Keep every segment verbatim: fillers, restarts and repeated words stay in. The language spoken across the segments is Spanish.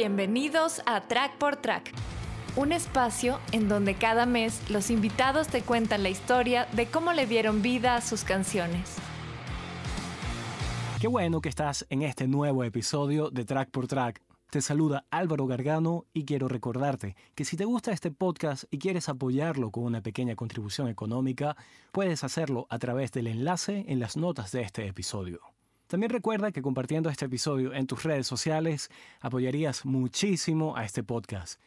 Bienvenidos a Track por Track, un espacio en donde cada mes los invitados te cuentan la historia de cómo le dieron vida a sus canciones. Qué bueno que estás en este nuevo episodio de Track por Track. Te saluda Álvaro Gargano y quiero recordarte que si te gusta este podcast y quieres apoyarlo con una pequeña contribución económica, puedes hacerlo a través del enlace en las notas de este episodio. También recuerda que compartiendo este episodio en tus redes sociales apoyarías muchísimo a este podcast.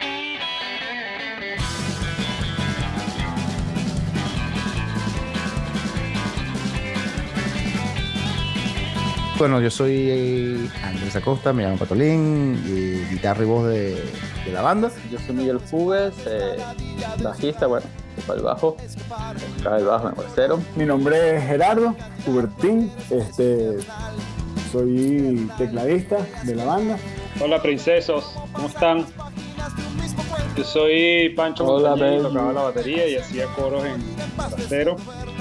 Bueno, yo soy Andrés Acosta, me llamo Patolín, y guitarra y voz de, de la banda. Yo soy Miguel Fugues, eh, bajista, bueno, para el bajo, acá el bajo, me cero. Mi nombre es Gerardo Hubertín, este, soy tecladista de la banda. Hola princesos, ¿cómo están? Yo soy Pancho Montañez, tocaba la batería y hacía coros en Bracero.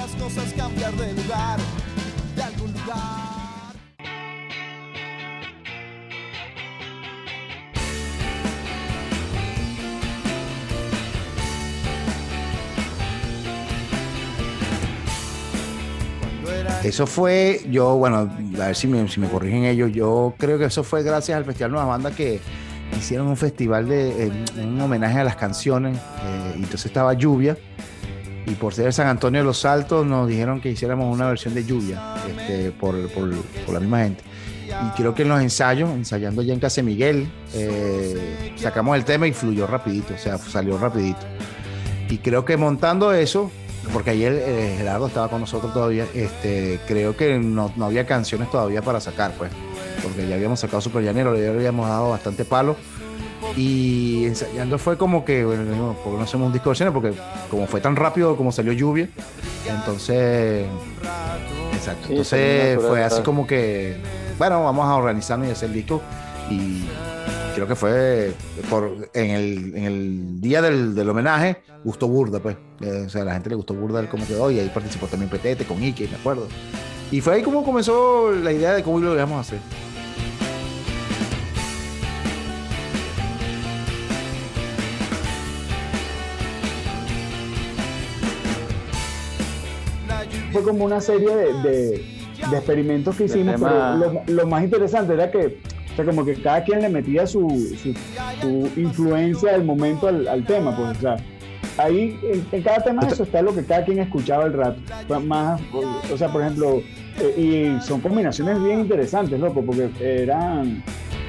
Eso fue, yo, bueno, a ver si me, si me corrigen ellos, yo creo que eso fue gracias al Festival Nuevas Bandas que hicieron un festival de eh, un homenaje a las canciones, eh, y entonces estaba Lluvia, y por ser San Antonio de los Altos nos dijeron que hiciéramos una versión de Lluvia, este, por, por, por la misma gente. Y creo que en los ensayos, ensayando ya en Casa Miguel, eh, sacamos el tema y fluyó rapidito, o sea, salió rapidito. Y creo que montando eso, porque ayer eh, Gerardo estaba con nosotros todavía, este, creo que no, no había canciones todavía para sacar, pues, porque ya habíamos sacado Super Llanero, ya le habíamos dado bastante palo, y ensayando fue como que, bueno, porque no hacemos un disco de versiones, porque como fue tan rápido como salió Lluvia, entonces, exacto, Sí, entonces sí, fue así como que, bueno, vamos a organizarnos y hacer el disco, y creo que fue por, en, el, en el día del, del homenaje, gustó burda, pues. Eh, o sea, a la gente le gustó burda el cómo quedó, y ahí participó también Petete con Ike, me acuerdo. Y fue ahí como comenzó la idea de cómo lo íbamos a hacer. Fue como una serie de, de, de experimentos que hicimos, pero lo, lo más interesante era que, o sea, como que cada quien le metía su, su, su influencia del momento al, al tema, pues, o sea, ahí en, en cada tema eso está lo que cada quien escuchaba el rato, más, o sea, por ejemplo, eh, y son combinaciones bien interesantes, loco, porque eran,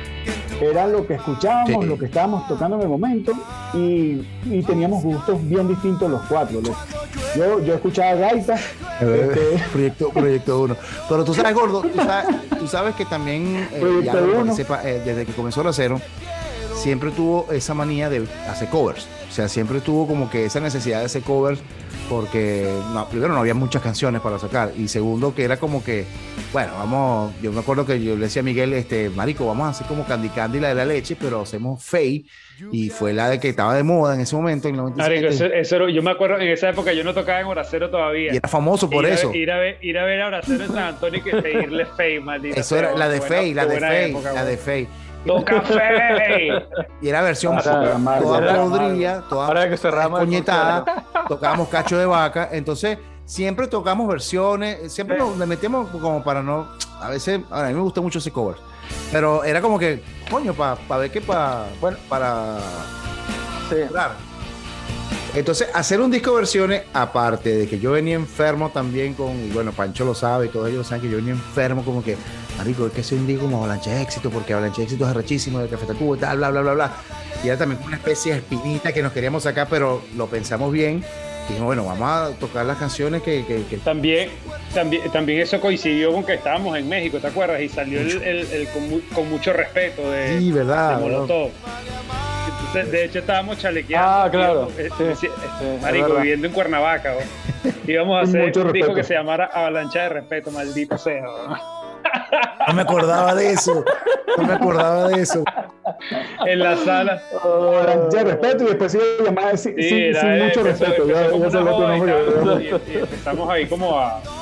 era lo que escuchábamos, sí, lo que estábamos tocando en el momento, y, y teníamos gustos bien distintos los cuatro, loco. Yo, yo escuchaba gaita. Este... Proyecto, proyecto uno. Pero tú sabes, Gordo, tú sabes, tú sabes que también, eh, ya lo que sepa, eh, desde que comenzó el Acero, siempre tuvo esa manía de hacer covers. O sea, siempre tuvo como que esa necesidad de hacer covers, porque no, primero no había muchas canciones para sacar, y segundo que era como que, bueno, vamos, yo me acuerdo que yo le decía a Miguel, este, marico, vamos a hacer como Candy Candy, la de la leche, pero hacemos Fey, y fue la de que estaba de moda en ese momento, en noventa y siete. Marico, eso, eso, yo me acuerdo, en esa época yo no tocaba en Horacero todavía. Y era famoso por ir eso. A, ir, a ver, ir a ver a Horacero en San Antonio y que pedirle Fey, maldito. Eso era la de Fey, la de Fey, la de Fey. ¡Toca Fey! Y era versión Ahora, toda podrida, toda coñetada, tocábamos Cacho de Vaca, entonces siempre tocamos versiones, siempre nos le metíamos como para no, a veces, a mí me gusta mucho ese cover, pero era como que, coño, para pa ver que para, bueno, para... Sí. Claro. Entonces, hacer un disco de versiones, aparte de que yo venía enfermo también con, y bueno, Pancho lo sabe, y todos ellos saben que yo venía enfermo, como que, marico, es que hacer un disco como Avalancha de Éxito, porque Avalancha de Éxito es arrechísimo, de Café Tacuba y tal, bla, bla, bla, bla. Y era también una especie de espinita que nos queríamos sacar, pero lo pensamos bien. Y dijimos, bueno, vamos a tocar las canciones que... que, que... También, también, también eso coincidió con que estábamos en México, ¿te acuerdas? Y salió el, el, el con, con mucho respeto de, sí, ¿verdad? de Molotov. Entonces, de hecho, estábamos chalequeando. Ah, claro. Eh, sí, eh, sí, marico, viviendo en Cuernavaca. ¿O? Íbamos a hacer un disco que se llamara Avalancha de Respeto, maldito sea. ¿O? No me acordaba de eso. No me acordaba de eso. En la sala. Avalancha de Respeto, y después se llamaba sin, sí, sin, sin mucho empezó, respeto. Empezó ya, como ya una joda y, nombre, y, y empezamos ahí como a, a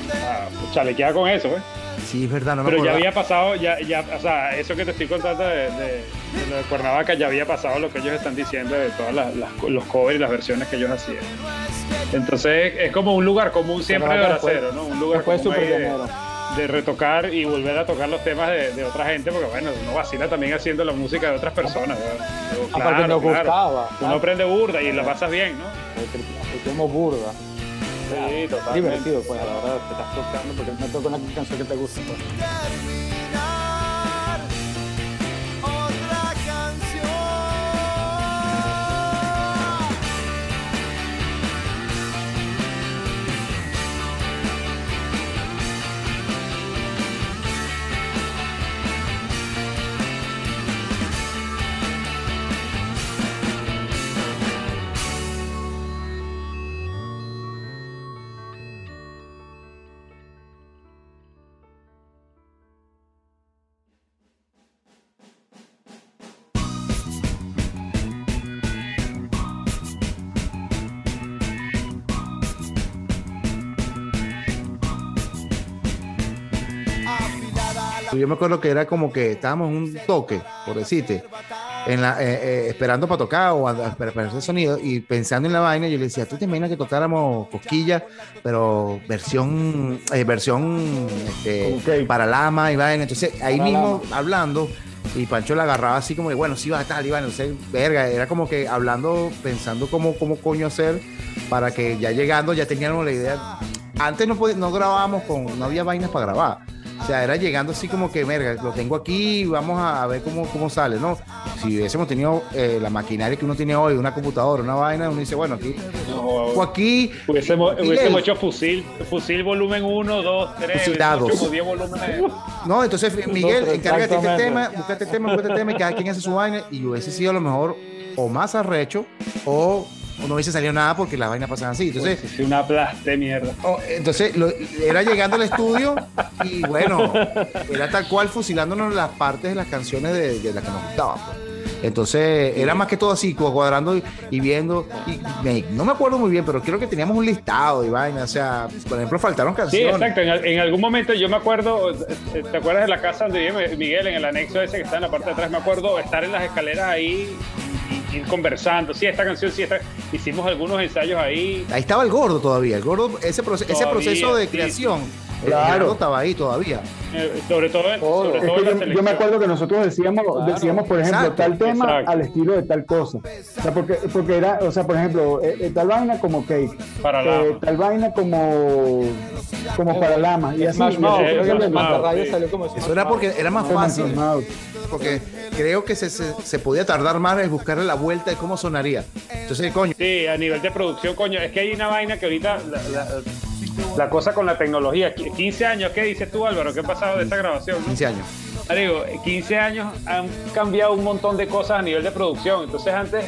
chalequear con eso, ¿eh? Sí, es verdad, no me Pero acordaba. ya había pasado, ya, ya, o sea, eso que te estoy contando de, de, de Cuernavaca ya había pasado lo que ellos están diciendo de todas las, las, los covers y las versiones que ellos hacían. Entonces es como un lugar común siempre de Bracero, ¿no? Un lugar común de, de retocar y volver a tocar los temas de, de otra gente, porque bueno, uno vacila también haciendo la música de otras personas. Pero, claro, aparte nos claro, gustaba. uno aprende burda y la pasas bien, ¿no? Escuchamos burda. Sí, totalmente. Divertido, pues, a la verdad, te estás tocando porque me toca una canción que te gusta, pues. Yo me acuerdo que era como que estábamos en un toque, por decirte, en la, eh, eh, esperando para tocar o a, para, para hacer sonido y pensando en la vaina, yo le decía, ¿tú te imaginas que tocáramos Cosquilla, pero versión, eh, versión este, okay. Paralama y vaina? Entonces ahí Paralama. mismo hablando, y Pancho la agarraba así como de, bueno, sí va a tal, y vaina, entonces, verga, era como que hablando, pensando cómo, cómo coño hacer para que ya llegando ya teníamos la idea. Antes no, pod- no grabábamos con, no había vainas para grabar. O sea, era llegando así como que, verga, lo tengo aquí, vamos a, a ver cómo, cómo sale, ¿no? Si hubiésemos tenido eh, la maquinaria que uno tiene hoy, una computadora, una vaina, uno dice, bueno, aquí, No, o aquí, hubiésemos, Miguel. hubiésemos hecho fusil, fusil volumen uno, dos, tres, Fusilados. diez volúmenes. no, entonces Miguel, Nosotros, encárgate este exactamente. tema, búscate este tema, búscate este tema, y cada quien hace su vaina, y hubiese sido a lo mejor o más arrecho, o, o no hubiese salido nada porque las vainas pasan así. Entonces, Pues, una aplaste mierda. Oh, entonces lo- era llegando al estudio y bueno, era tal cual fusilándonos las partes de las canciones de, de las que nos gustaban, pues. Entonces era más que todo así, cuadrando y, y viendo, y me- no me acuerdo muy bien, pero creo que teníamos un listado y vaina, o sea, por ejemplo, faltaron Sí, canciones. exacto. En, al- en algún momento yo me acuerdo, eh, ¿te acuerdas de la casa donde vive Miguel, en el anexo ese que está en la parte de atrás? Me acuerdo estar en las escaleras ahí y, y ir conversando. Sí, esta canción, sí, esta. Hicimos algunos ensayos ahí. Ahí estaba el gordo todavía, el gordo, ese, proce- ese Todavía, proceso de sí, creación, el Claro. gordo estaba ahí todavía. eh, sobre todo en, Todo. sobre Es todo que en la yo, yo me selección. acuerdo que nosotros decíamos, Claro. decíamos por ejemplo, Exacto, tal tema exacto. al estilo de tal cosa. O sea, porque, porque era, o sea, por ejemplo, eh, eh, tal vaina como Cake, Para eh, la tal vaina como, como para Lama, y así. Smash y Mouth, así, eh, creo que Smash en Manta Mouth, Radio sí. salió como Smash Eso era Mouth. porque era más Smash fácil, Mouth. porque creo que se, se, se podía tardar más en buscarle la vuelta de cómo sonaría. Entonces, coño, Sí, a nivel de producción, coño, es que hay una vaina que ahorita la, la, la cosa con la tecnología, quince años, ¿qué dices tú, Álvaro? ¿Qué ha pasado de esta grabación? ¿no? quince años. Digo, quince años han cambiado un montón de cosas a nivel de producción. Entonces antes,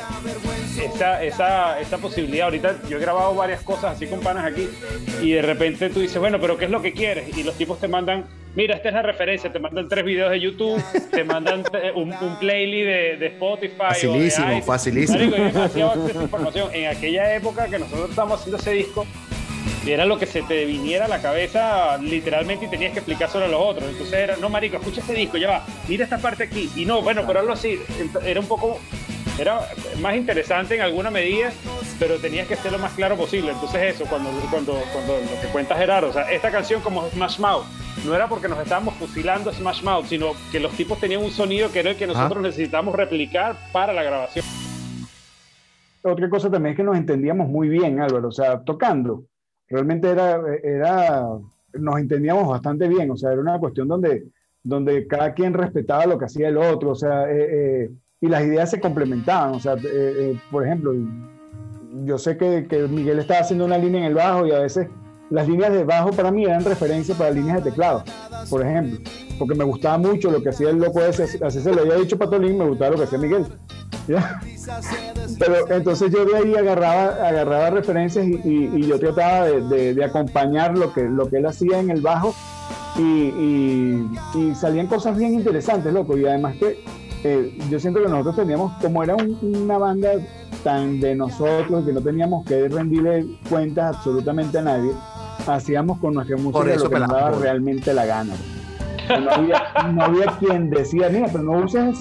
esa, esa, esa posibilidad, ahorita yo he grabado varias cosas así con panas aquí y de repente tú dices, bueno, pero ¿qué es lo que quieres? Y los tipos te mandan, mira, esta es la referencia, te mandan tres videos de YouTube, te mandan eh, un, un playlist de, de Spotify. Facilísimo, o de iTunes. facilísimo. Marico, hay demasiado acceso a información. En aquella época que nosotros estábamos haciendo ese disco, era lo que se te viniera a la cabeza literalmente y tenías que explicárselo a los otros. Entonces era, no, marico, escucha este disco, ya va, mira esta parte aquí. Y no, bueno, pero algo así, era un poco, era más interesante en alguna medida, pero tenías que ser lo más claro posible. Entonces eso, cuando, cuando, cuando lo que cuenta Gerardo, o sea, esta canción como Smash Mouth, no era porque nos estábamos fusilando Smash Mouth, sino que los tipos tenían un sonido que era el que nosotros Ajá. necesitábamos replicar para la grabación. Otra cosa también es que nos entendíamos muy bien, Álvaro, o sea, tocando. Realmente era, era, nos entendíamos bastante bien, o sea, era una cuestión donde, donde cada quien respetaba lo que hacía el otro, o sea, eh, eh, y las ideas se complementaban, o sea, eh, eh, por ejemplo, yo sé que, que Miguel estaba haciendo una línea en el bajo y a veces las líneas de bajo para mí eran referencia para líneas de teclado, por ejemplo, porque me gustaba mucho lo que hacía el loco ese, así se lo había dicho Patolín, me gustaba lo que hacía Miguel, ¿ya? Pero entonces yo de ahí agarraba, agarraba referencias y, y, y yo trataba de, de, de acompañar lo que, lo que él hacía en el bajo y, y, y salían cosas bien interesantes, loco, y además que eh, yo siento que nosotros teníamos, como era un, una banda tan de nosotros que no teníamos que rendirle cuentas absolutamente a nadie, hacíamos con nuestra música eso lo que nos pelamos, daba por- realmente la gana. No había, no había quien decía, mira, pero no uses ese,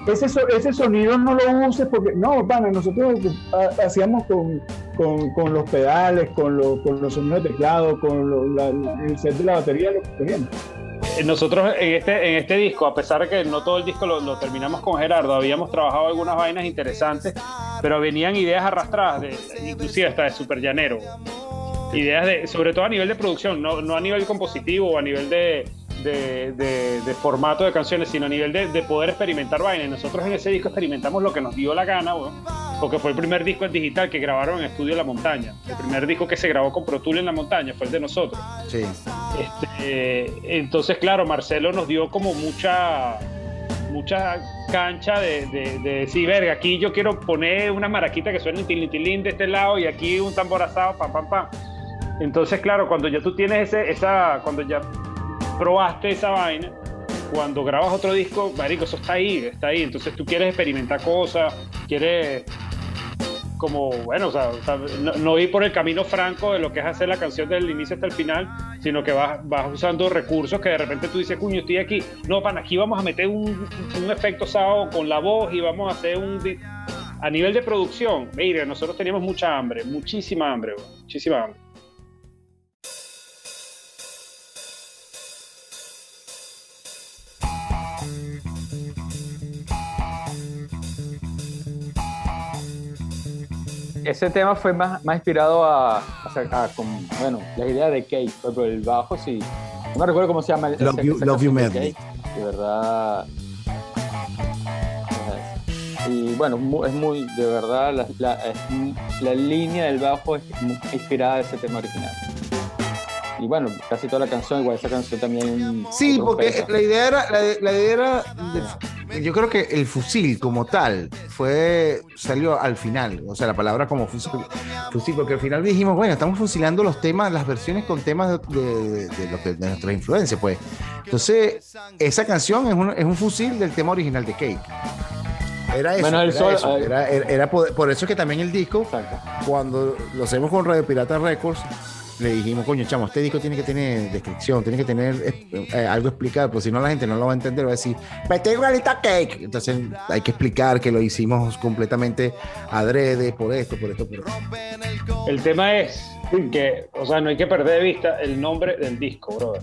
ese, ese sonido no lo uses porque, no, pana, nosotros hacíamos con, con, con los pedales, con, lo, con los sonidos de teclado, con lo, la, el set de la batería, lo que teníamos. Nosotros en este, en este disco, a pesar de que no todo el disco lo, lo terminamos con Gerardo, habíamos trabajado algunas vainas interesantes, pero venían ideas arrastradas, de, inclusive hasta de Super Llanero. Ideas de, sobre todo a nivel de producción, no, no a nivel compositivo o a nivel de, de, de, de formato de canciones, sino a nivel de, de poder experimentar vainas. Nosotros en ese disco experimentamos lo que nos dio la gana, bueno, porque fue el primer disco en digital que grabaron en Estudio La Montaña. El primer disco que se grabó con Pro Tools en La Montaña fue el de nosotros. Sí. Este, entonces, claro, Marcelo nos dio como mucha, mucha cancha de, de, de decir, verga, aquí yo quiero poner una maraquita que suene tilín de este lado y aquí un tambor asado, pam, pam, pam. Entonces, claro, cuando ya tú tienes ese, esa, cuando ya probaste esa vaina, cuando grabas otro disco, marico, eso está ahí, está ahí. Entonces tú quieres experimentar cosas, quieres como, bueno, o sea, o sea no, no ir por el camino franco de lo que es hacer la canción del inicio hasta el final, sino que vas, vas usando recursos que de repente tú dices, cuño, estoy aquí. No, pan, aquí vamos a meter un, un efecto sao con la voz y vamos a hacer un... A nivel de producción, mire, nosotros teníamos mucha hambre, muchísima hambre, bro, muchísima hambre. Ese tema fue más, más inspirado a, a, a, a con, bueno, la idea de Cake, pero el bajo sí. No me recuerdo cómo se llama. Love ese, You, love you de, Cake, de verdad. Y bueno, es muy, de verdad, la, la, es, la línea del bajo es inspirada de ese tema original. Y bueno, casi toda la canción, igual esa canción también. Sí, porque la idea era, la, la idea era de, yo creo que el fusil como tal fue, salió al final, o sea, la palabra como fusil, fusil porque al final dijimos, bueno, estamos fusilando los temas, las versiones con temas de, de, de, lo que, de nuestras influencias, pues. Entonces, esa canción es un, es un fusil del tema original de Cake. Era eso, bueno, el era, sol, eso era, era, era por, por eso que también el disco, exacto, cuando lo hacemos con Radio Pirata Records, le dijimos, coño, chamo, este disco tiene que tener descripción, tiene que tener eh, algo explicado, porque si no la gente no lo va a entender, va a decir, vete igualita Cake. Entonces hay que explicar que lo hicimos completamente adrede, por esto, por esto, por esto. El tema es que, o sea, no hay que perder de vista el nombre del disco, brother.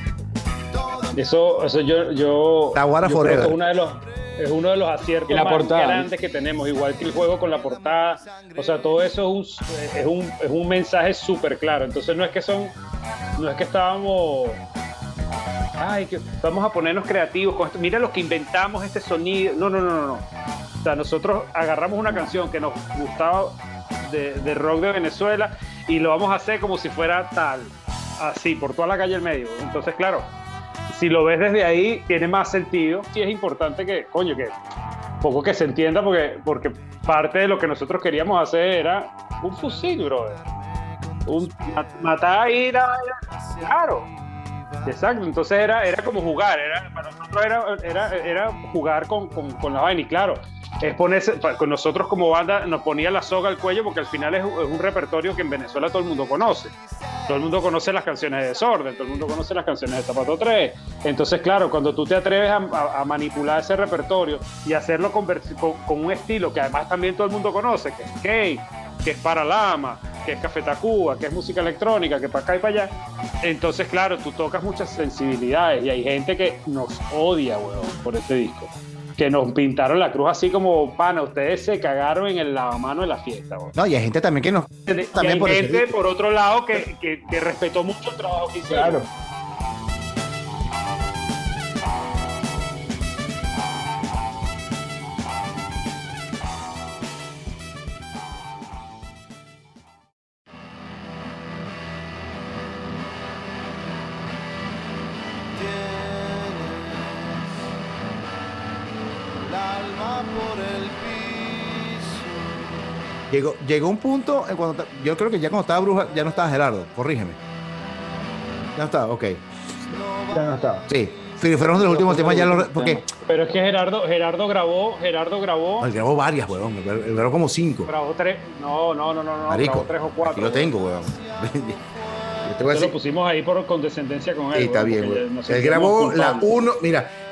Eso, eso yo, yo, Taguara yo Forever. creo que una de los, es uno de los aciertos más portada, grandes que tenemos, igual que el juego con la portada. O sea, todo eso es un, es un, es un mensaje súper claro. Entonces no es que son, no es que estábamos, ay, que vamos a ponernos creativos con esto. Mira lo que inventamos este sonido. No, no, no, no, no. O sea, nosotros agarramos una canción que nos gustaba de, de rock de Venezuela y lo vamos a hacer como si fuera tal, así, por toda la calle al medio. Entonces, claro, si lo ves desde ahí, tiene más sentido. Sí es importante que, coño, que poco que se entienda, porque, porque parte de lo que nosotros queríamos hacer era un fusil, brother. Un matar y ir a... Claro. Exacto, entonces era, era como jugar, era, para nosotros era, era, era jugar con, con, con la vaina, y claro, es ponerse, con nosotros como banda nos ponía la soga al cuello, porque al final es, es un repertorio que en Venezuela todo el mundo conoce. Todo el mundo conoce las canciones de Desorden, todo el mundo conoce las canciones de Zapato tres. Entonces, claro, cuando tú te atreves a, a, a manipular ese repertorio y hacerlo con, con, con un estilo que además también todo el mundo conoce, que es Cake, que es Paralama, que es Café Tacuba, que es música electrónica, que para acá y para allá, entonces, claro, tú tocas muchas sensibilidades y hay gente que nos odia, weón, por este disco. Que nos pintaron la cruz así como, pana, ustedes se cagaron en el lavamano de la fiesta, weón. No, y hay gente también que nos... Y también hay por gente, eso. por otro lado, que, que, que respetó mucho el trabajo que hicieron. Claro. Llegó, llegó un punto, en cuando, yo creo que ya cuando estaba Bruja, ya no estaba Gerardo, corrígeme. Ya no estaba, ok. Ya no estaba. Sí, fueron de los últimos temas ya lo... Porque... Pero es que Gerardo, Gerardo grabó, Gerardo grabó... No, él grabó varias, weón, él grabó como cinco. Grabó tres, no, no, no, no, no Marico, grabó tres o cuatro. aquí lo tengo, weón. Yo te voy a Entonces decir... lo pusimos ahí por condescendencia con él. Sí, está weón, bien, porque weón. nos Él sentimos grabó la culpables. uno, mira,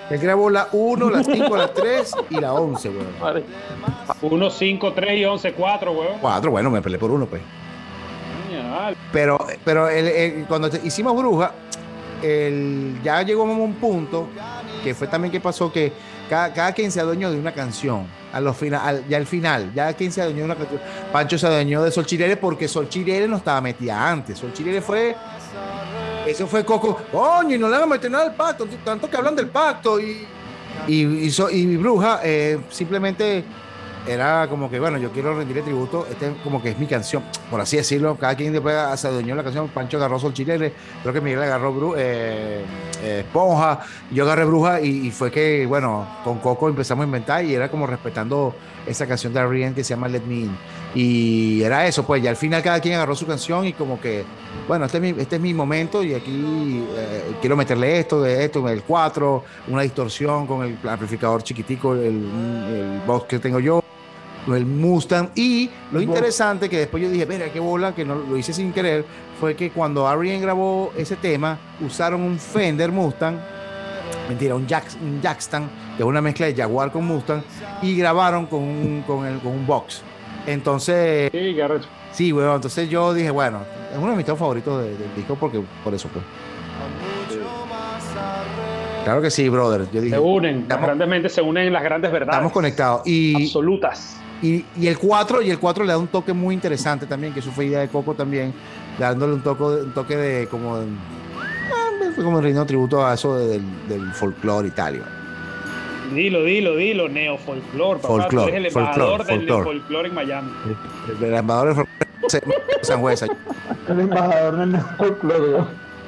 Él grabó la uno, la cinco, la tres y la once, weón. uno, cinco, tres y once, cuatro, weón. cuatro, bueno, me peleé por uno, pues. Pero, pero el, el, cuando hicimos Bruja, el, ya llegó a un punto que fue también que pasó que cada, cada quien se adueñó de una canción. A los final, al, ya al final, ya quien se adueñó de una canción. Pancho se adueñó de Sol Chirere porque Sol Chirere no estaba metida antes. Sol Chirere fue. Eso fue Coco. Coño, y no le van a meter nada al pacto. Tanto que hablan del pacto. Y, y, y, so, y Bruja eh, simplemente era como que, bueno, yo quiero rendirle tributo. Este como que es mi canción, por así decirlo. Cada quien después se adueñó de la canción. Pancho agarró Sol Chirere. Creo que Miguel agarró Bru, eh, eh, Esponja. Yo agarré Bruja. Y, y fue que, bueno, con Coco empezamos a inventar. Y era como respetando esa canción de R E M que se llama Let Me In. Y era eso, pues. Y al final cada quien agarró su canción. Y como que, bueno, este es mi, este es mi momento. Y aquí eh, quiero meterle esto, de esto, el cuatro, una distorsión con el amplificador chiquitico, el, el box que tengo yo, el Mustang. Y lo interesante que después yo dije, mira, qué bola, que no lo hice sin querer, fue que cuando R E M grabó ese tema, usaron un Fender Mustang, mentira, un, Jack, un Jackson, que es una mezcla de Jaguar con Mustang, y grabaron con un, con el, con un box. Entonces, sí, garrecho. Sí, bueno, entonces yo dije, bueno, es uno de mis temas favoritos de, del disco porque por eso pues. Sí. Claro que sí, brother. Yo dije, se unen, estamos, grandemente se unen las grandes verdades. Estamos conectados. Y, absolutas. Y, y el cuatro, y el cuatro le da un toque muy interesante también, que eso fue idea de Coco también, dándole un toque, un toque de como, eh, fue como rindo tributo a eso de, del, del folclore y tal. Dilo, dilo, dilo, neofolclor, papá. Folklore, Tú eres el embajador folklore, del neofolclore en Miami. El, el embajador del folklore San Juez. El embajador del neofolklore.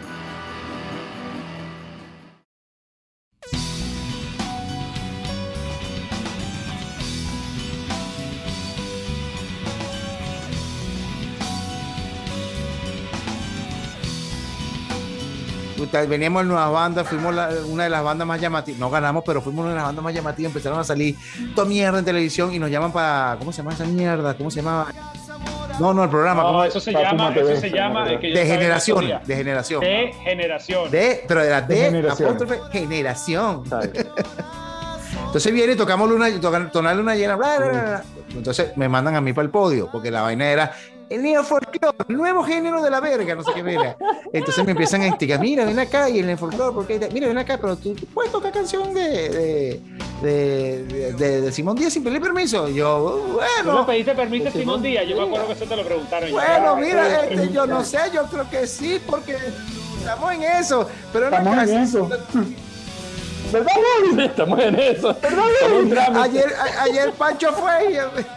Veníamos en nuevas bandas, fuimos la, una de las bandas más llamativas, no ganamos, pero fuimos una de las bandas más llamativas, empezaron a salir toda mierda en televisión y nos llaman para, ¿cómo se llama esa mierda? ¿Cómo se llamaba? No, no, el programa. No, eso se llama, eso se llama de, de generación, de generación. De generación. De, pero era de, de generación. Apóstrofe, generación. Entonces viene y tocamos luna, tocar, tonar luna llena, bla, bla, bla, bla. Entonces me mandan a mí para el podio, porque la vaina era el neofolklore, el nuevo género de la verga, no sé qué verga. Entonces me empiezan a instigar, mira, ven acá, y el neofolklore, porque mira, ven acá, pero tú, tú puedes tocar canción de, de, de, de, de, de Simón Díaz sin pedir permiso. Y yo, bueno. ¿Tú le pediste permiso a Simón Díaz? Yo me acuerdo que eso te lo preguntaron. Bueno, mira, este, yo no sé, yo creo que sí, porque estamos en eso. Pero estamos no en eso. ¿Verdad, Luis? Estamos en eso. ¿Verdad, Luis? Ayer, a, ayer Pancho fue y...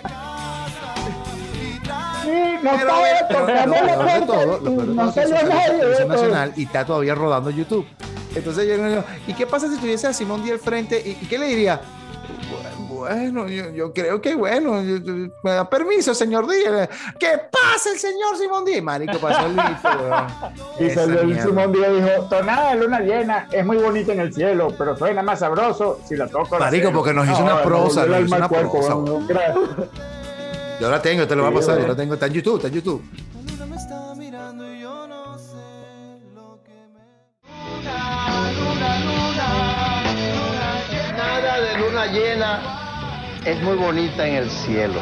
Sí, no está tocando la puerta. No salió nadie. Nacional y está todavía rodando YouTube. Entonces yo digo, ¿y qué pasa si tuviese a Simón Díaz al frente? ¿Y, y qué le diría? Bueno, yo, yo creo que bueno, yo, yo, me da permiso, señor Díaz. ¿Qué pasa el señor Simón Díaz? Marico, pasó el listo, weón. Y salió el Simón Díaz y dijo, tonada de luna llena, es muy bonita en el cielo, pero suena más sabroso si la toco. Marico, la porque nos hizo no, una prosa, nos hizo una cuerpo, prosa. Bueno, yo la tengo, te lo voy a pasar, yo la tengo, está en YouTube, está en YouTube. Nada de luna llena es muy bonita en el cielo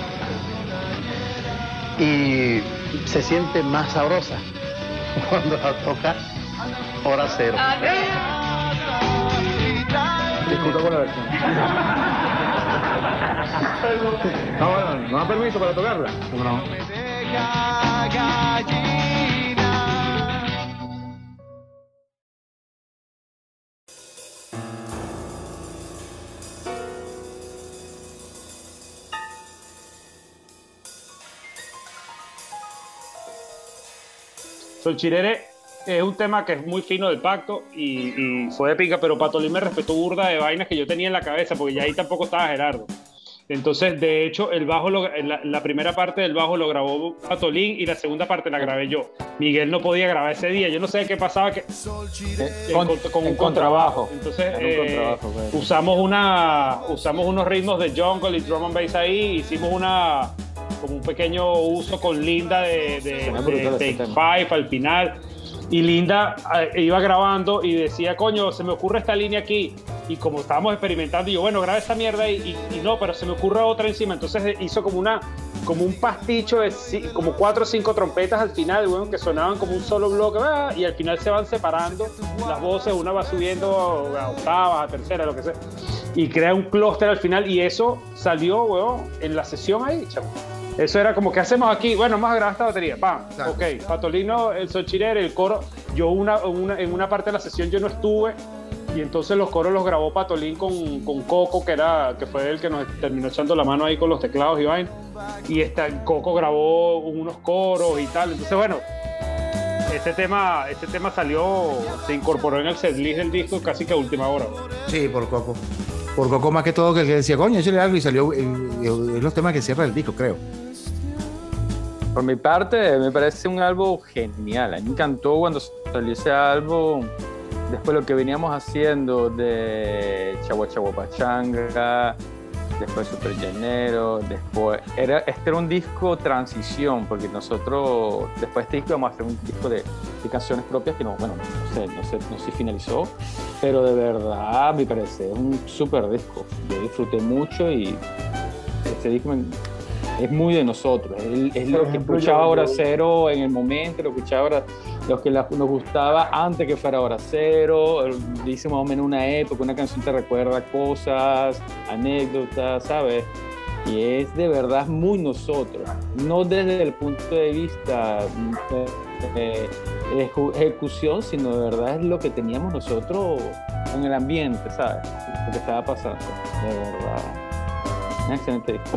y se siente más sabrosa cuando la toca hora cero. Disculpa con la versión. No, bueno, no da permiso para tocarla. No. Sol Chirere es un tema que es muy fino del pacto y, y fue de pica, pero Patolín me respetó burda de vainas que yo tenía en la cabeza, porque ya ahí tampoco estaba Gerardo. Entonces, de hecho, el bajo lo, la, la primera parte del bajo lo grabó Patolín y la segunda parte la grabé yo. Miguel no podía grabar ese día, yo no sé qué pasaba, que, eh, con, con, con un contrabajo. Entonces, un eh, contrabajo, usamos, una, usamos unos ritmos de jungle y drum and bass ahí, hicimos una... como un pequeño uso con Linda de, de, de, de Take Five al final, y Linda eh, iba grabando y decía, coño, se me ocurre esta línea aquí, y como estábamos experimentando, y yo, bueno, graba esta mierda y, y, y no, pero se me ocurre otra encima. Entonces hizo como una como un pasticho de como cuatro o cinco trompetas al final, bueno, que sonaban como un solo bloque, ah, y al final se van separando las voces, una va subiendo a octavas, a tercera, lo que sea, y crea un clúster al final, y eso salió, bueno, en la sesión ahí, chamo. Eso era como, ¿qué hacemos aquí? Bueno, vamos a grabar esta batería. ¡Pam! Claro. Ok, Patolino, el Sonchirere, el coro. Yo una, una, en una parte de la sesión yo no estuve, y entonces los coros los grabó Patolín con, con Coco, que, era, que fue el que nos terminó echando la mano ahí con los teclados y vaina. Y esta, Coco grabó unos coros y tal. Entonces, bueno, este tema, este tema salió, se incorporó en el setlist del disco casi que a última hora. Sí, por Coco. Por Coco más que todo, que decía, coño, échale algo, y salió en los temas que cierra el disco, creo. Por mi parte, me parece un álbum genial. A mí me encantó cuando salió ese álbum, después lo que veníamos haciendo de Chagua Chagua Pachanga, después Super Llanero, después... Era, este era un disco transición, porque nosotros, después de este disco, íbamos a hacer un disco de, de canciones propias que no, bueno, no sé, no sé, no sé si finalizó, pero de verdad, me parece un súper disco. Yo disfruté mucho y este disco me, es muy de nosotros. Es, es lo que escuchaba Hora Cero en el momento, lo que escuchaba ahora, lo que la, nos gustaba antes que fuera Hora Cero. Dice más o menos una época, una canción te recuerda cosas, anécdotas, ¿sabes? Y es de verdad muy nosotros. No desde el punto de vista de ejecución, sino de verdad es lo que teníamos nosotros en el ambiente, ¿sabes? Lo que estaba pasando. De verdad. Un excelente disco.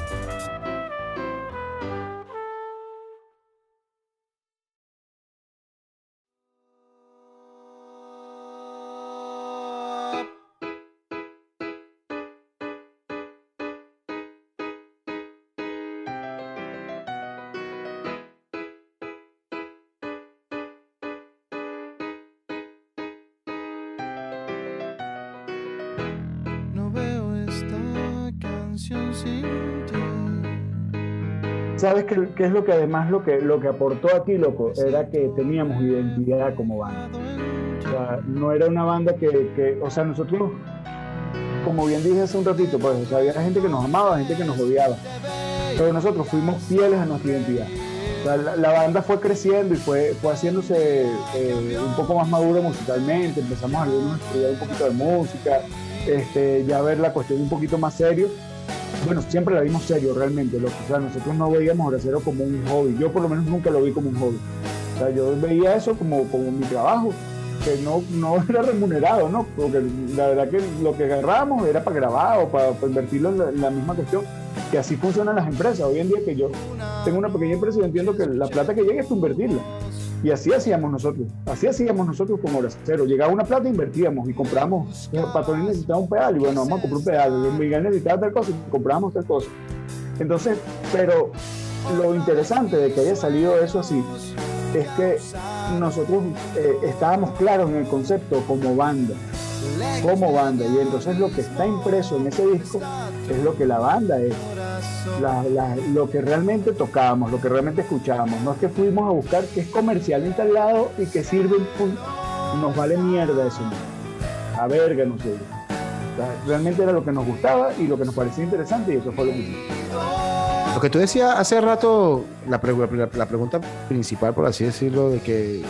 ¿Sabes qué, qué es lo que además lo que, lo que aportó aquí, loco? Era que teníamos identidad como banda. O sea, no era una banda que, que o sea, nosotros, como bien dije hace un ratito, pues, o sea, había gente que nos amaba, gente que nos odiaba, pero nosotros fuimos fieles a nuestra identidad. O sea, la, la banda fue creciendo y fue, fue haciéndose eh, un poco más madura musicalmente, empezamos a estudiar un poquito de música, este, ya ver la cuestión un poquito más serio. Bueno, siempre la vimos serio realmente, loco. O sea, nosotros no veíamos Hora Cero como un hobby. Yo por lo menos nunca lo vi como un hobby. O sea, yo veía eso como, como mi trabajo, que no, no era remunerado, ¿no? Porque la verdad que lo que agarrábamos era para grabar o para, para invertirlo en la, en la misma cuestión, que así funcionan las empresas. Hoy en día que yo tengo una pequeña empresa y entiendo que la plata que llega es para invertirla. Y así hacíamos nosotros, así hacíamos nosotros con Hora Cero. Llegaba una plata e invertíamos y compramos. Patolín necesitaba un pedal y bueno, vamos a comprar un pedal. Miguel necesitaba tal cosa y compramos tal cosa. Entonces, pero lo interesante de que haya salido eso así es que nosotros eh, estábamos claros en el concepto como banda, como banda. Y entonces lo que está impreso en ese disco es lo que la banda es. La, la, lo que realmente tocábamos, lo que realmente escuchábamos. No es que fuimos a buscar que es comercial en tal lado y que sirve, nos vale mierda eso, a verga, no sé. O sea, realmente era lo que nos gustaba y lo que nos parecía interesante, y eso fue lo que hicimos. Lo que tú decías hace rato, la, pre la, la pregunta principal, por así decirlo, de que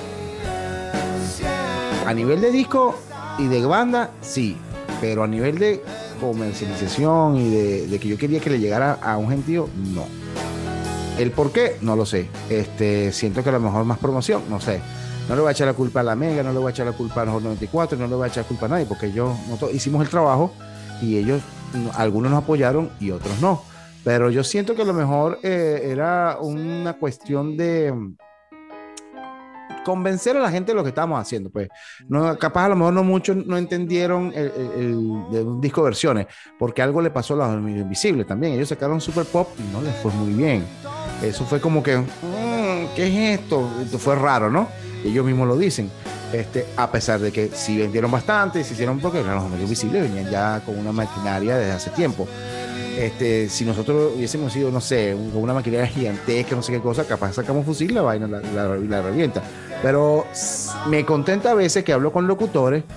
a nivel de disco y de banda, sí, pero a nivel de comercialización y de, de que yo quería que le llegara a un gentío, no. El por qué, no lo sé. Este, siento que a lo mejor más promoción, no sé. No le voy a echar la culpa a la Mega, no le voy a echar la culpa a los noventa y cuatro, no le voy a echar la culpa a nadie, porque yo, nosotros hicimos el trabajo y ellos, algunos nos apoyaron y otros no. Pero yo siento que a lo mejor eh, era una cuestión de convencer a la gente de lo que estábamos haciendo, pues. No, capaz a lo mejor no muchos no entendieron el, el, el, de un disco versiones, porque algo le pasó a los Invisibles también. Ellos sacaron Super Pop y no les fue muy bien. Eso fue como que, mmm, ¿qué es esto? Esto fue raro, ¿no? Ellos mismos lo dicen. Este, a pesar de que sí vendieron bastante, se hicieron porque los Invisibles venían ya con una maquinaria desde hace tiempo. Este, si nosotros hubiésemos sido, no sé, un, con una maquinaria gigantesca, no sé qué cosa, capaz sacamos fusil, la vaina la, la, la revienta. Pero me contenta a veces que hablo con locutores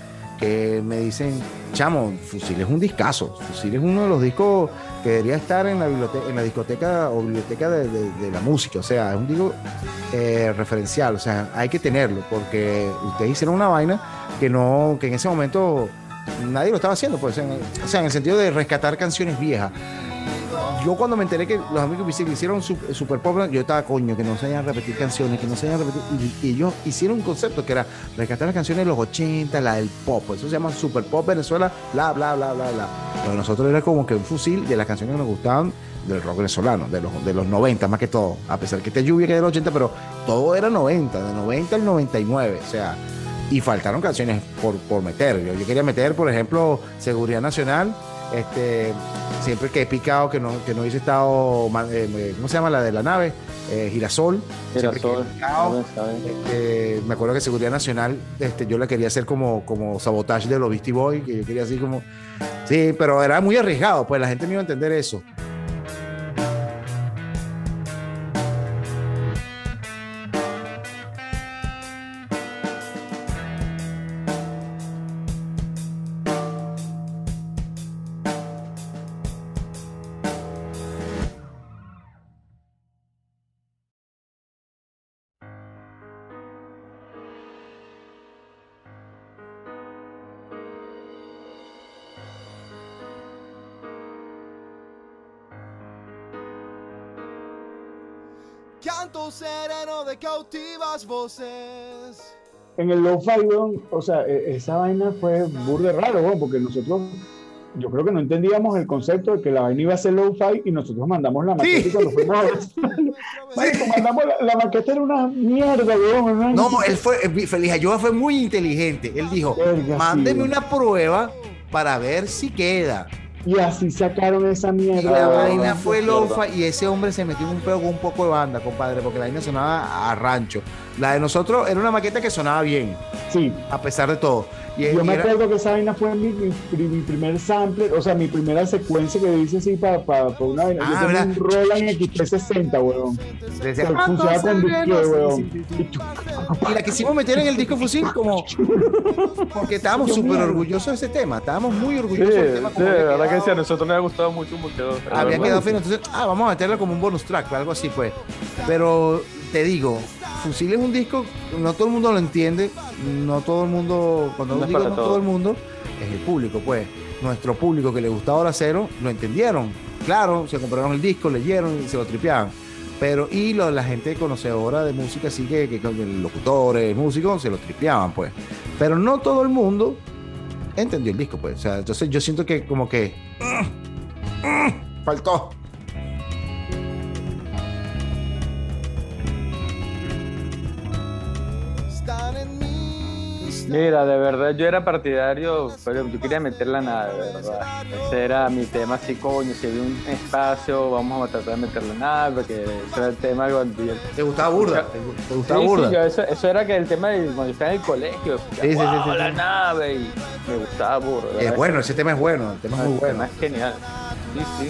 que me dicen, chamo, Fusil es un discazo, Fusil es uno de los discos que debería estar en la biblioteca, en la discoteca o biblioteca de, de, de la música, o sea, es un disco eh, referencial, o sea, hay que tenerlo, porque ustedes hicieron una vaina que no, que en ese momento nadie lo estaba haciendo, pues, en, o sea, en el sentido de rescatar canciones viejas. Yo cuando me enteré que los amigos Visibles hicieron super, super pop, yo estaba, coño, que no se vayan a repetir canciones, que no se vayan a repetir, y, y ellos hicieron un concepto que era rescatar las canciones de los ochenta, la del pop, eso se llama Super Pop Venezuela, bla, bla, bla, bla, bla. Pero nosotros era como que un fusil de las canciones que nos gustaban del rock venezolano, de los, de los noventa más que todo, a pesar que este lluvia que era del ochenta, pero todo era noventa, de noventa al noventa y nueve, o sea, y faltaron canciones por, por meter. Yo, yo quería meter, por ejemplo, Seguridad Nacional, este, siempre que he picado, que no, que no hubiese estado, eh, ¿cómo se llama la de la nave? Eh, Girasol. Girasol. Picado, este, me acuerdo que Seguridad Nacional, este, yo la quería hacer como, como Sabotage de los Beastie Boys, que yo quería así como, sí, pero era muy arriesgado, pues la gente no iba a entender eso. Canto sereno de cautivas voces. En el lo-fi, weón, o sea, esa vaina fue burde raro, weón, porque nosotros, yo creo que no entendíamos el concepto de que la vaina iba a ser lo-fi y nosotros mandamos la maqueta, sí. Y cuando fuimos a ver, marico, mandamos la, la maqueta, era una mierda, weón. Una... No, él fue, Feliz Ayuda fue muy inteligente. Él dijo, Verga, mándeme sí, una prueba para ver si queda. Y así sacaron esa mierda. Y la vaina fue lofa y ese hombre se metió en un pedo con un poco de banda, compadre, porque la vaina sonaba a rancho. La de nosotros era una maqueta que sonaba bien. Sí. A pesar de todo. Y yo me era... acuerdo que esa vaina fue mi, mi, mi primer sampler, o sea, mi primera secuencia que hice así para pa, pa una vaina. Ah, yo tenía un Roland X T sesenta, weón. Decía, ah, funcionaba con disque, weón. Sí, sí, sí. Y la quisimos meter en el disco Fusil como... Porque estábamos súper orgullosos de ese tema. Estábamos muy orgullosos sí, del tema. Sí, de verdad que sí, a nosotros nos ha gustado mucho. mucho había quedado fino. Entonces, ah, vamos a meterlo como un bonus track, algo así, pues. Pero te digo, Fusil es un disco, no todo el mundo lo entiende, no todo el mundo, cuando no digo no todo. todo el mundo, es el público, pues. Nuestro público que le gustaba Hora Cero, lo entendieron. Claro, se compraron el disco, leyeron y se lo tripeaban. Pero, y lo, la gente conocedora de música, así que, que locutores, músicos, se lo tripeaban, pues. Pero no todo el mundo entendió el disco, pues. O sea, entonces yo siento que como que uh, uh, faltó. Mira, de verdad yo era partidario, pero yo quería meter la nave, de verdad. Ese era mi tema, así, coño, si había un espacio, vamos a tratar de meter la nave, porque ese era el tema cuando yo... ¿Te gustaba burda? ¿Te gustaba sí, burda? Sí, yo, eso, eso era que el tema de cuando yo estaba en el colegio, sí, sí, wow, sí, sí, la sí. nave, y me gustaba burda. Es eso. Bueno, ese tema es bueno, el tema es muy el bueno. El tema es genial, sí, sí.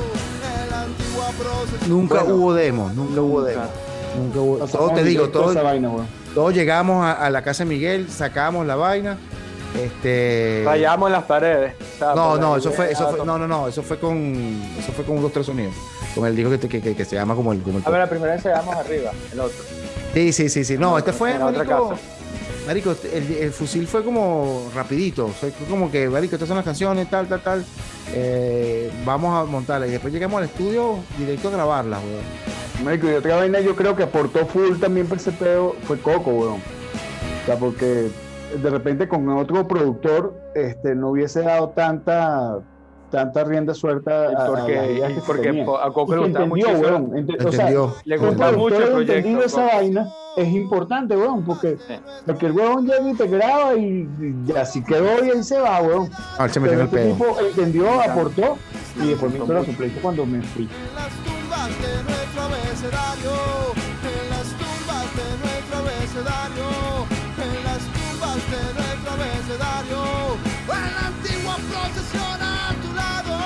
Nunca bueno, hubo demos, nunca hubo demos. Nunca hubo... O sea, todo te digo, todo... Esa vaina, bueno. Todos llegamos a, a la casa de Miguel, sacamos la vaina, este... Rayamos las paredes. No, no, eso fue, eso fue, no, no, no, eso fue con, eso fue con dos, tres sonidos, con el disco que, que, que, que se llama como el, como el... A ver, la primera vez llegamos arriba, el otro. Sí, sí, sí, sí, no, no este fue, en la marico, otra casa. Marico, el, el Fusil fue como rapidito, fue como que, marico, estas son las canciones, tal, tal, tal, eh, vamos a montarlas, y después llegamos al estudio directo a grabarlas, weón. Marico, y otra vaina yo creo que aportó full también por ese pedo fue Coco, weón. O sea, porque de repente con otro productor este, no hubiese dado tanta tanta rienda suelta a, porque, a, y porque a Coco le gustaba mucho, weón. Ent- o sea, le gustaba mucho el proyecto. Entendido esa vaina es importante, weón, porque, sí. porque el weón llega y te graba y, y así quedó y ahí se va, weón. Ah, se metió en el este pedo. tipo entendió, aportó y después me hizo la suplente cuando me fui. De nuestro abecedario, en las tumbas de nuestro abecedario, en las tumbas de nuestro abecedario, en la antigua procesión a tu lado.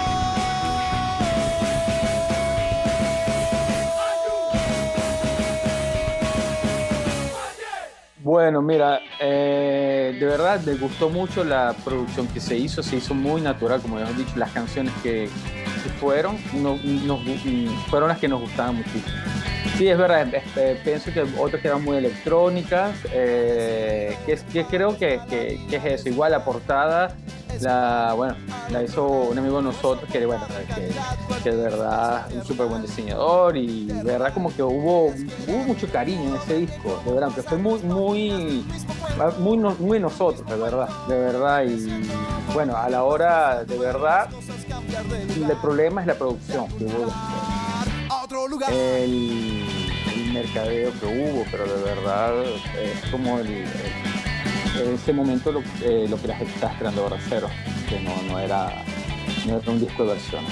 Bueno, mira, eh, de verdad me gustó mucho la producción que se hizo, se hizo muy natural, como ya he dicho, las canciones que, que fueron, no, nos, fueron las que nos gustaban muchísimo. Sí, es verdad, este, pienso que otras que eran muy electrónicas, eh, que, que creo que, que, que es eso, igual la portada, la, bueno, la hizo un amigo de nosotros, que, bueno, que, que de verdad un súper buen diseñador y de verdad como que hubo, hubo mucho cariño en ese disco, de verdad, que fue muy, muy, muy, muy nosotros, de verdad, de verdad, y bueno, a la hora, de verdad, el problema es la producción que hubo. El, el mercadeo que hubo, pero de verdad es como el, el, ese momento lo, eh, lo que la gente está esperando ahora cero, que no, no, era, no era un disco de versiones.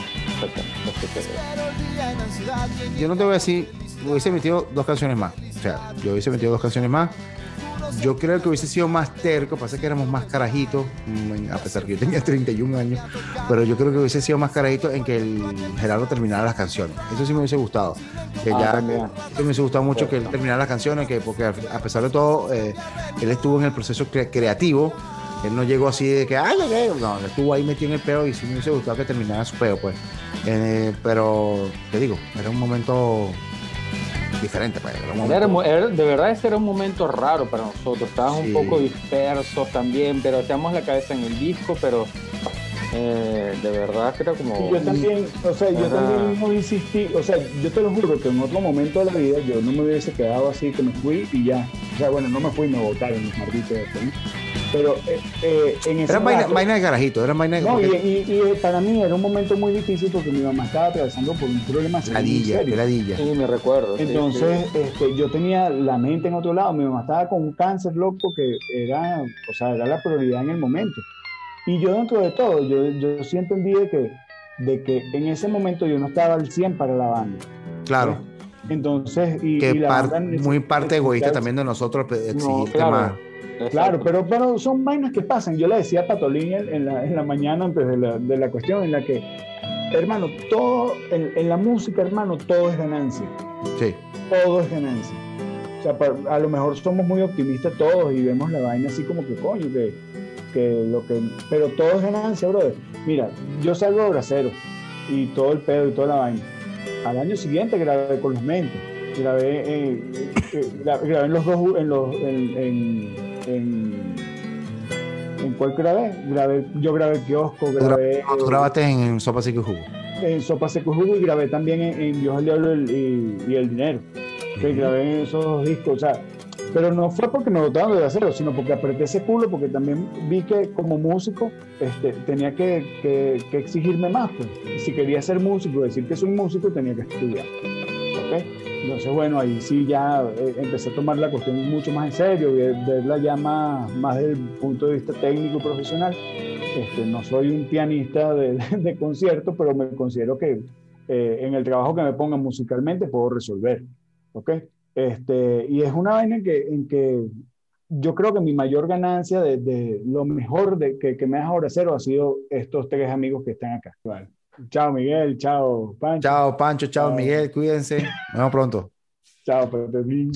Yo no te voy a decir, hubiese metido dos canciones más, o sea, yo hubiese metido dos canciones más. Yo creo que hubiese sido más terco, pasa que éramos más carajitos, a pesar que yo tenía treinta y un años, pero yo creo que hubiese sido más carajito en que el Gerardo terminara las canciones. Eso sí me hubiese gustado. Que ah, ya, también. eso me hubiese gustado mucho sí, que él terminara las canciones, que, porque a pesar de todo, eh, él estuvo en el proceso cre- creativo. Él no llegó así de que, ay, okay. No, él estuvo ahí metido en el peo y sí me hubiese gustado que terminara su peo, pues. Eh, pero, te digo, era un momento diferente, pues. Era un era, momento... era, de verdad ese era un momento raro para nosotros, estábamos sí. un poco dispersos también, pero teníamos la cabeza en el disco, pero eh, de verdad que era como... Sí, yo también, o sea, yo era... también no insistí, o sea, yo te lo juro que en otro momento de la vida yo no me hubiese quedado así, que me fui y ya, o sea, bueno, no me fui y me botaron los malditos de esto, ¿no? Pero eh, eh, en ese era vaina, rato, vaina de garajito, era vaina de no, porque... y, y, y para mí era un momento muy difícil porque mi mamá estaba atravesando por un problema ladilla, serio. ladilla. Sí, me recuerdo. Entonces, sí, sí. Este, yo tenía la mente en otro lado, mi mamá estaba con un cáncer loco que era, o sea, era la prioridad en el momento. Y yo dentro de todo, yo, yo sí entendí de que, de que en ese momento yo no estaba al cien para la banda. Claro. ¿Sí? Entonces, y, que y la par, banda muy parte egoísta también de nosotros exigirte no, claro. más. Exacto. Claro, pero, pero son vainas que pasan. Yo le decía a Patolín en la, en la mañana antes de la, de la cuestión en la que, hermano, todo, en, en la música, hermano, todo es ganancia. Sí. Todo es ganancia. O sea, a lo mejor somos muy optimistas todos y vemos la vaina así como que, coño, que, que lo que... Pero todo es ganancia, brother. Mira, yo salgo de Bracero y todo el pedo y toda la vaina. Al año siguiente grabé con los Mentes. Grabé, eh, eh, grabé en los dos... En los, en, en, En, ¿En cuál grabé? grabé? Yo grabé Kiosco, grabé... ¿Tú grabaste en Sopa Seco y Jugo? En Sopa Seco y Jugo y grabé también en, en Dios, el Diablo y, y el Dinero. Que uh-huh. Grabé en esos dos discos, o sea, pero no fue porque me botaron de Bracero, sino porque apreté ese culo, porque también vi que como músico este, tenía que, que, que exigirme más, pues. Y si quería ser músico, decir que soy músico, tenía que estudiar. ¿Ok? Entonces, bueno, ahí sí ya eh, empecé a tomar la cuestión mucho más en serio, verla ya más, más desde el punto de vista técnico y profesional. Este, no soy un pianista de, de, de concierto, pero me considero que eh, en el trabajo que me pongan musicalmente puedo resolver. ¿Ok? Este, y es una vaina en que, en que yo creo que mi mayor ganancia de, de lo mejor de, que, que me deja Bracero ha sido estos tres amigos que están acá. Vale. Chao Miguel, chao Pancho. Chao Pancho, chao, chao Miguel, cuídense. Nos vemos pronto. Chao Petelín.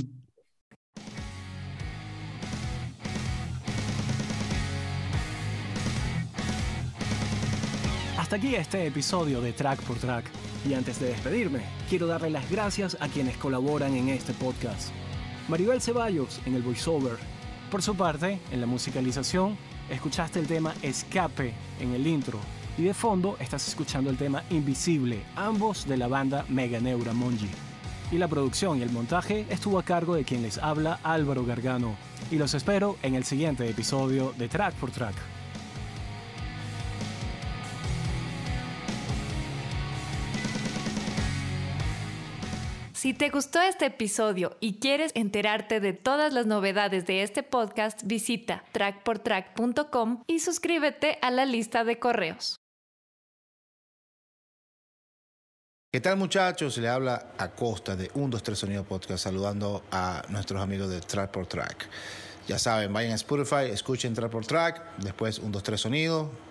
Hasta aquí este episodio de Track por Track. Y antes de despedirme, quiero darle las gracias a quienes colaboran en este podcast. Maribel Ceballos en el voiceover. Por su parte, en la musicalización, escuchaste el tema Escape en el intro. Y de fondo estás escuchando el tema Invisible, ambos de la banda Mega Neura Monji. Y la producción y el montaje estuvo a cargo de quien les habla, Álvaro Gargano. Y los espero en el siguiente episodio de Track por Track. Si te gustó este episodio y quieres enterarte de todas las novedades de este podcast, visita track por track punto com y suscríbete a la lista de correos. ¿Qué tal, muchachos? Le habla Acosta de uno dos tres Sonido Podcast, saludando a nuestros amigos de Track por Track. Ya saben, vayan a Spotify, escuchen Track por Track, después uno dos tres Sonido,